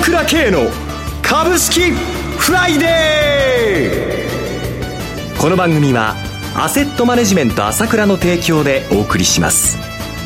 倉慶の株式フライデー。この番組はアセットマネジメント朝倉の提供でお送りします。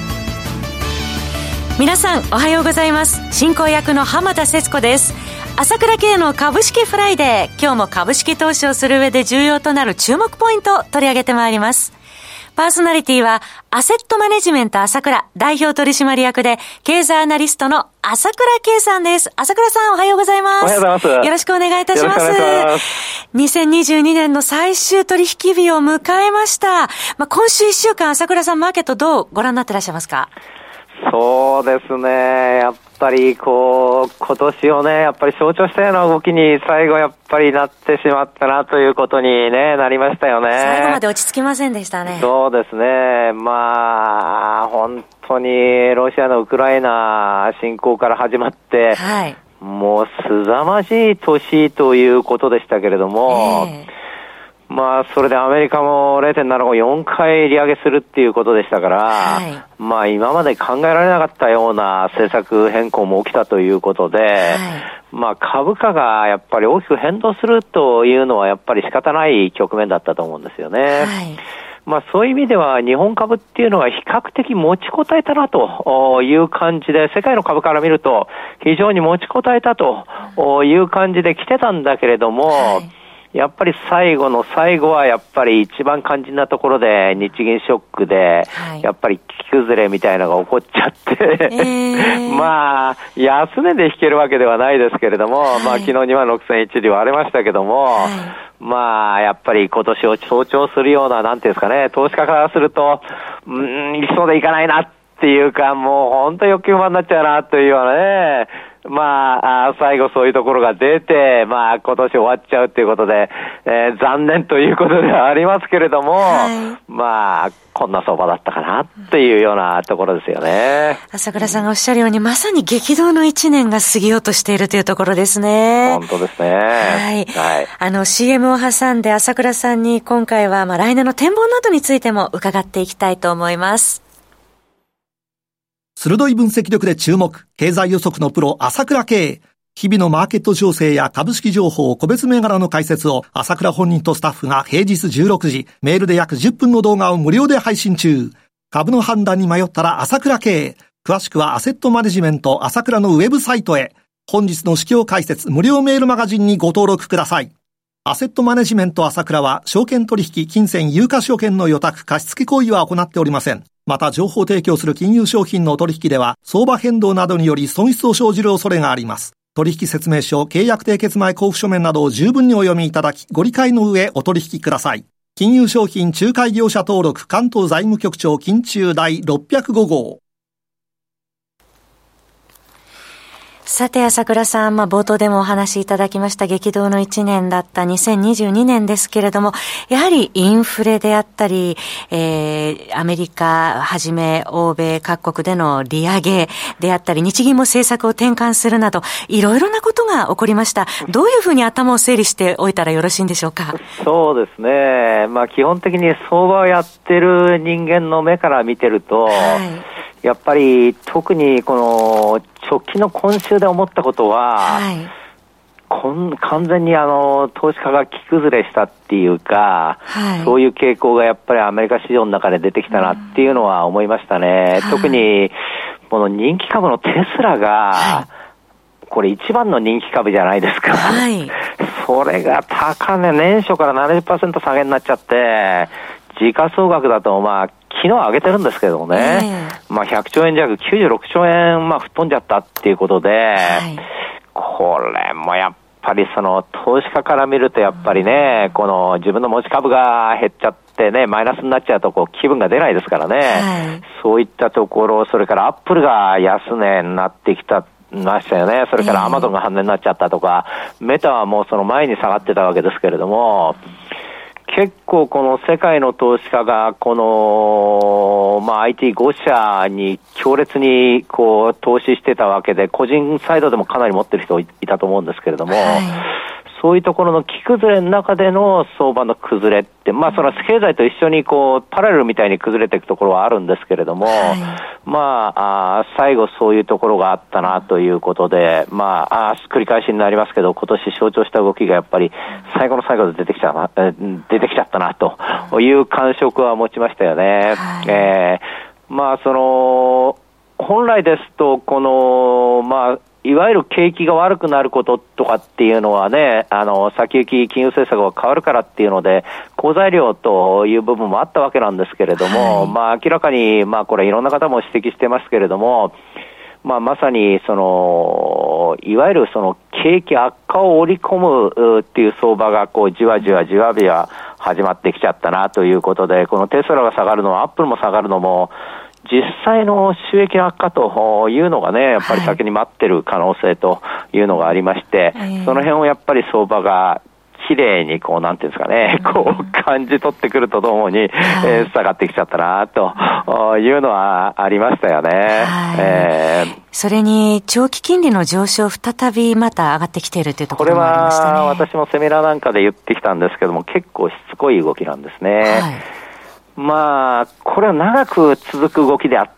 皆さんおはようございます。進行役の浜田節子です。朝倉慶の株式フライデー、今日も株式投資をする上で重要となる注目ポイントを取り上げてまいります。パーソナリティはアセットマネジメント朝倉代表取締役で経済アナリストの朝倉慶さんです。朝倉さんおはようございます。 おはようございます。 よろしくお願いいたします。2022年の最終取引日を迎えました。今週1週間朝倉さんマーケットどうご覧になってらっしゃいますか？ そうですね。やっぱり今年をね、やっぱり象徴したような動きに最後やっぱりなってしまったなということにね、なりましたよね。 最後まで落ち着きませんでしたね。 そうですね。本当にロシアのウクライナ侵攻から始まって、はい、もう凄まじい年ということでしたけれども、それでアメリカも 0.75 4回利上げするっていうことでしたから、はい、今まで考えられなかったような政策変更も起きたということで、はい、株価がやっぱり大きく変動するというのはやっぱり仕方ない局面だったと思うんですよね。はい、そういう意味では日本株っていうのは比較的持ちこたえたなという感じで、世界の株から見ると非常に持ちこたえたという感じで来てたんだけれども、はい、やっぱり最後の最後はやっぱり一番肝心なところで日銀ショックで、やっぱり木崩れみたいなのが起こっちゃって安値で引けるわけではないですけれども、昨日26,001里割れましたけども、やっぱり今年を象徴するような、なんていうんですかね、投資家からすると、一層でいかないなっていうか、もう本当に欲求満になっちゃうなというようなね、最後そういうところが出て、今年終わっちゃうということで、残念ということではありますけれども、こんな相場だったかなっていうようなところですよね。 朝倉さんがおっしゃるように、まさに激動の1年が過ぎようとしているというところですね。 本当ですね。 はい。CM を挟んで朝倉さんに今回は来年の展望などについても伺っていきたいと思います。 鋭い分析力で注目、経済予測のプロ朝倉慶。日々のマーケット情勢や株式情報、個別銘柄の解説を朝倉本人とスタッフが平日16時、メールで約10分の動画を無料で配信中。株の判断に迷ったら朝倉慶。詳しくはアセットマネジメント朝倉のウェブサイトへ。本日の市況解説無料メールマガジンにご登録ください。アセットマネジメント朝倉は証券取引、金銭、有価証券の予託、貸付行為は行っておりません。また情報提供する金融商品の取引では相場変動などにより損失を生じる恐れがあります。取引説明書、契約締結前交付書面などを十分にお読みいただき、ご理解の上お取引ください。金融商品仲介業者登録関東財務局長金中第605号。 さて朝倉さん、冒頭でもお話しいただきました激動の1年だった2022年ですけれども、やはりインフレであったり、アメリカはじめ欧米各国での利上げであったり、日銀も政策を転換するなど、いろいろなことが起こりました。どういうふうに頭を整理しておいたらよろしいんでしょうか？ そうですね。基本的に相場をやってる人間の目から見てると、やっぱり特にこの直近の今週で思ったことは、完全に投資家が木崩れしたっていうか、そういう傾向がやっぱりアメリカ市場の中で出てきたなっていうのは思いましたね。特にこの人気株のテスラが、これ一番の人気株じゃないですか。それが高値、年初から 70% 下げになっちゃって、時価総額だと昨日上げてるんですけどもね、100兆円弱、96兆円吹っ飛んじゃったっていうことで、これもやっぱりその投資家から見るとやっぱりね、この自分の持ち株が減っちゃってね、マイナスになっちゃうと気分が出ないですからね、そういったところ、それからアップルが安値になってきたましたよね。それからアマゾンが半値になっちゃったとか、メタはもうその前に下がってたわけですけれども、結構この世界の投資家がこの、IT5 社に強烈に投資してたわけで、個人サイドでもかなり持ってる人いたと思うんですけれども、 そういうところの木崩れの中での相場の崩れって、まあその経済と一緒にこうパラレルみたいに崩れていくところはあるんですけれども、まあ最後そういうところがあったなということで、まあ繰り返しになりますけど、今年象徴した動きがやっぱり最後の最後で出てきちゃったなという感触は持ちましたよね。まあその本来ですとこのまあいわゆる景気が悪くなることとかっていうのはね、先行き金融政策が変わるからっていうので、好材料という部分もあったわけなんですけれども、まあ明らかに、まあこれいろんな方も指摘してますけれども、まあまさにその、いわゆるその景気悪化を織り込むっていう相場がこうじわじわ始まってきちゃったなということで、このテスラが下がるのもアップルも下がるのも、実際の収益悪化というのがね、やっぱり先に待ってる可能性というのがありまして、その辺をやっぱり相場が綺麗にこうなんていうんですかね、こう感じ取ってくるとともに、下がってきちゃったなというのはありましたよね。 それに長期金利の上昇再びまた上がってきているというところもありましたね。 これは私もセミナーなんかで言ってきたんですけども、結構しつこい動きなんですね。まあ、これは長く続く動きであって、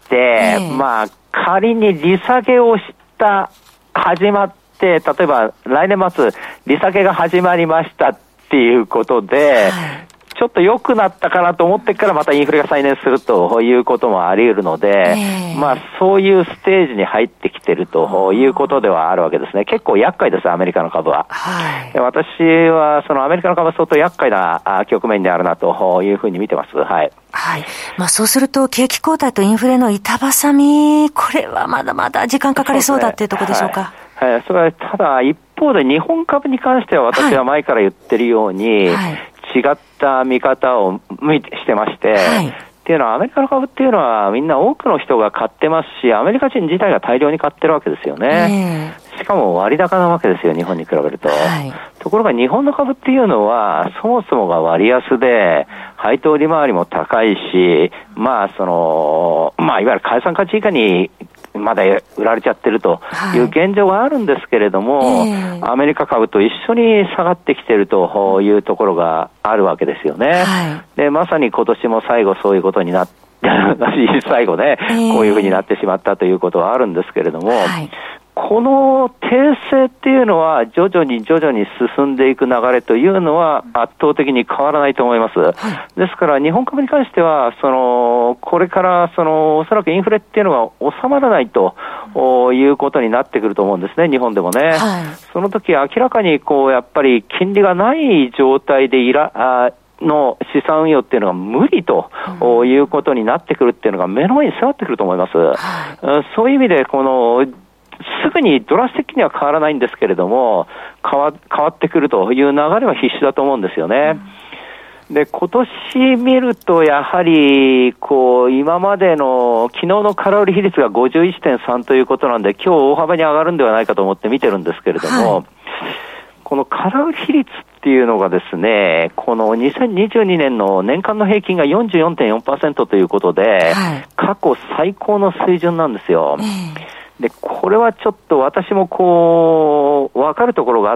まあ、仮に利下げを始まって、例えば来年末、利下げが始まりましたっていうことで、ちょっと良くなったかなと思ってからまたインフレが再燃するということもあり得るので、まあそういうステージに入ってきてるということではあるわけですね。結構厄介です、アメリカの株は。私はそのアメリカの株は相当厄介な局面であるなというふうに見てます。 まあそうすると景気後退とインフレの板挟み、これはまだまだ時間かかりそうだっていうところでしょうか。 それはただ一方で日本株に関しては私は前から言ってるように、違った見方をしてまして、っていうのはアメリカの株っていうのはみんな多くの人が買ってますし、アメリカ人自体が大量に買ってるわけですよね。しかも割高なわけですよ、日本に比べると。ところが日本の株っていうのはそもそもが割安で、配当利回りも高いし、まあその、まあいわゆる解散価値以下にまだ売られちゃってるという現状があるんですけれども、アメリカ株と一緒に下がってきてるというところがあるわけですよね。で、まさに今年も最後そういうことになって最後ね、こういうふうになってしまったということはあるんですけれども、この訂正っていうのは徐々に進んでいく流れというのは圧倒的に変わらないと思います。ですから日本株に関してはこれからおそらくインフレっていうのが収まらないということになってくると思うんですね、日本でもね。その時明らかにこうやっぱり金利がない状態での資産運用っていうのが無理ということになってくるっていうのが目の前に迫ってくると思います。そういう意味ですぐにドラス的には変わらないんですけれども、変わってくるという流れは必至だと思うんですよね。で、今年見るとやはり今までの昨日の空売り比率が 51.3 ということなんで、今日大幅に上がるんではないかと思って見てるんですけれども、この空売り比率っていうのがですね、この2022年の年間の平均が 44.4% ということで、過去最高の水準なんですよ。で、これはちょっと私も分かるところがあって、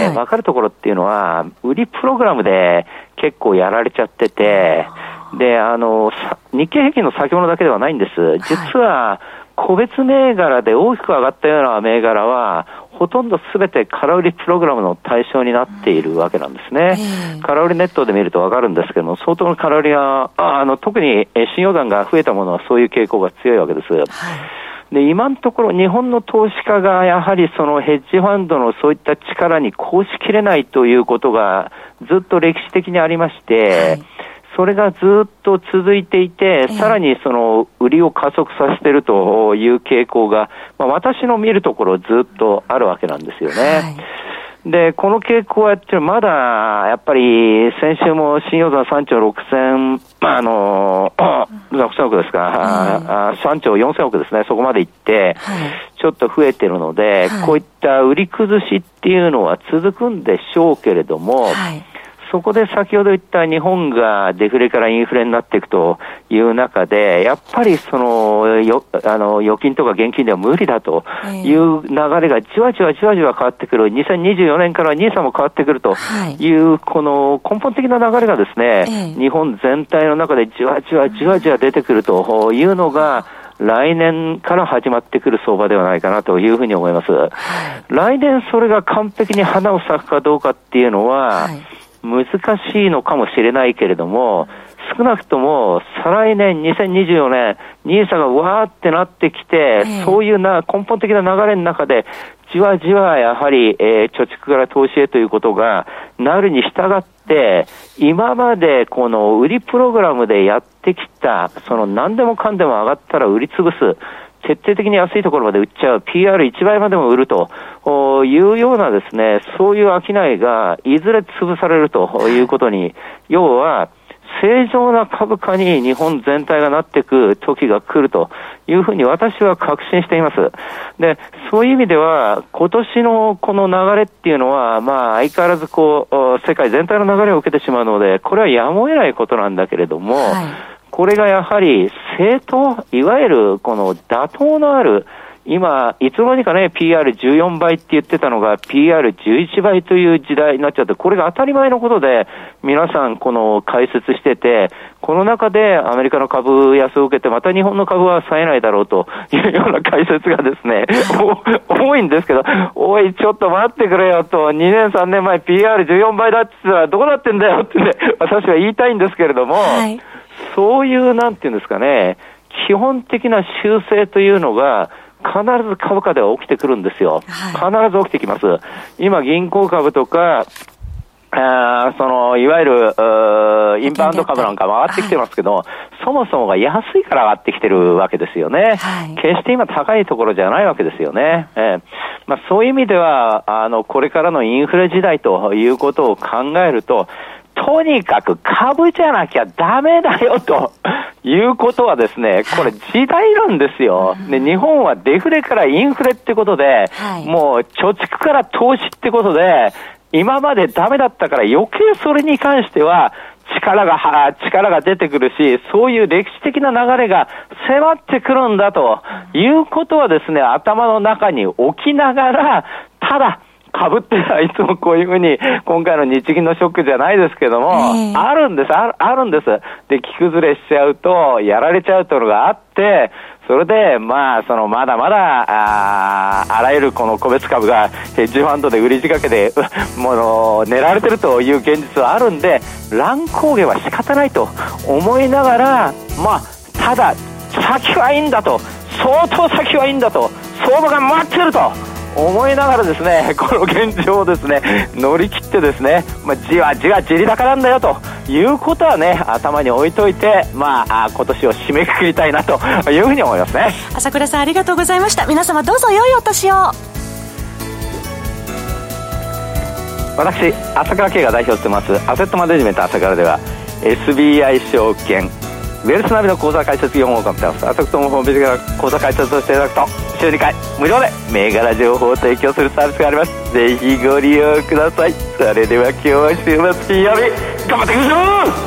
分かるところっていうのは、売りプログラムで結構やられちゃってて、で、日経平均の先物だけではないんです。実は、個別銘柄で大きく上がったような銘柄は、ほとんどすべて空売りプログラムの対象になっているわけなんですね。空売りネットで見るとわかるんですけども、相当の空売りが、特に信用残が増えたものはそういう傾向が強いわけです。で、今のところ日本の投資家がやはりそのヘッジファンドのそういった力に抗しきれないということがずっと歴史的にありまして、それがずっと続いていて、さらにその売りを加速させているという傾向が、私の見るところずっとあるわけなんですよね。で、この傾向はまだやっぱり先週も信用残3兆6000、6000億ですか、3兆4000億ですね、そこまで行って、ちょっと増えてるので、こういった売り崩しっていうのは続くんでしょうけれども、 そこで先ほど言った日本がデフレからインフレになっていくという中で、やっぱりその預金とか現金では無理だという流れがじわじわ変わってくる。2024年からNISAも変わってくるという、この根本的な流れがですね、日本全体の中でじわじわ出てくるというのが、来年から始まってくる相場ではないかなというふうに思います。来年それが完璧に花を咲くかどうかっていうのは難しいのかもしれないけれども、少なくとも再来年2024年NISAがわーってなってきて、そういう根本的な流れの中でじわじわやはり、貯蓄から投資へということがなるに従って、今までこの売りプログラムでやってきた、その何でもかんでも上がったら売り潰す、徹底的に安いところまで売っちゃう、PR1 倍までも売るというようなですね、そういう商いがいずれ潰されるということに、要は正常な株価に日本全体がなっていく時が来るというふうに私は確信しています。で、そういう意味では今年のこの流れっていうのは、相変わらず世界全体の流れを受けてしまうので、これはやむを得ないことなんだけれども、これがやはり正当、いわゆるこの妥当のある、今、いつの間にかね、PR14 倍って言ってたのが PR11 倍という時代になっちゃって、これが当たり前のことで、皆さんこの解説してて、この中でアメリカの株安を受けて、また日本の株は冴えないだろうというような解説がですね、多いんですけど、おい、ちょっと待ってくれよと、2年3年前 PR14 倍だって言ったらどうなってんだよってね、私は言いたいんですけれども、そういう、なんていうんですかね、基本的な修正というのが、必ず株価では起きてくるんですよ。必ず起きてきます。今、銀行株とか、いわゆる、インバウンド株なんかも上がってきてますけど、そもそもが安いから上がってきてるわけですよね。決して今高いところじゃないわけですよね。そういう意味では、これからのインフレ時代ということを考えると、とにかく株じゃなきゃダメだよということはですね、これ時代なんですよ。で、日本はデフレからインフレってことで、もう貯蓄から投資ってことで、今までダメだったから余計それに関しては力が出てくるし、そういう歴史的な流れが迫ってくるんだということはですね、頭の中に置きながら、ただ、株ってのはいつもこういうふうに、今回の日銀のショックじゃないですけども、あるんです。で、木崩れしちゃうと、やられちゃうというのがあって、それで、まだまだ、あらゆるこの個別株がヘッジファンドで売り仕掛けで、狙われてるという現実はあるんで、乱高下は仕方ないと思いながら、ただ、先はいいんだと、相当先はいいんだと、相場が待ってると、思いながらですね、この現状をですね、乗り切ってですね、じわじわじり高なんだよということはね、頭に置いといて、今年を締めくくりたいなというふうに思いますね。 朝倉さん、ありがとうございました。皆様どうぞ良いお年を。 私、朝倉慶が代表を務めますアセットマネジメント朝倉では SBI 証券ウェルスナビの口座開設業務を行っています。アセットのホームページから口座開設をしていただくと週2回無料で銘柄情報を提供するサービスがあります。ぜひご利用ください。それでは今日は週末金曜日頑張っていきましょ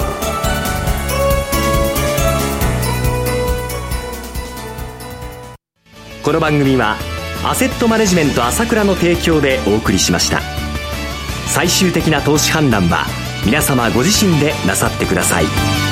う。この番組はアセットマネジメント朝倉の提供でお送りしました。最終的な投資判断は皆様ご自身でなさってください。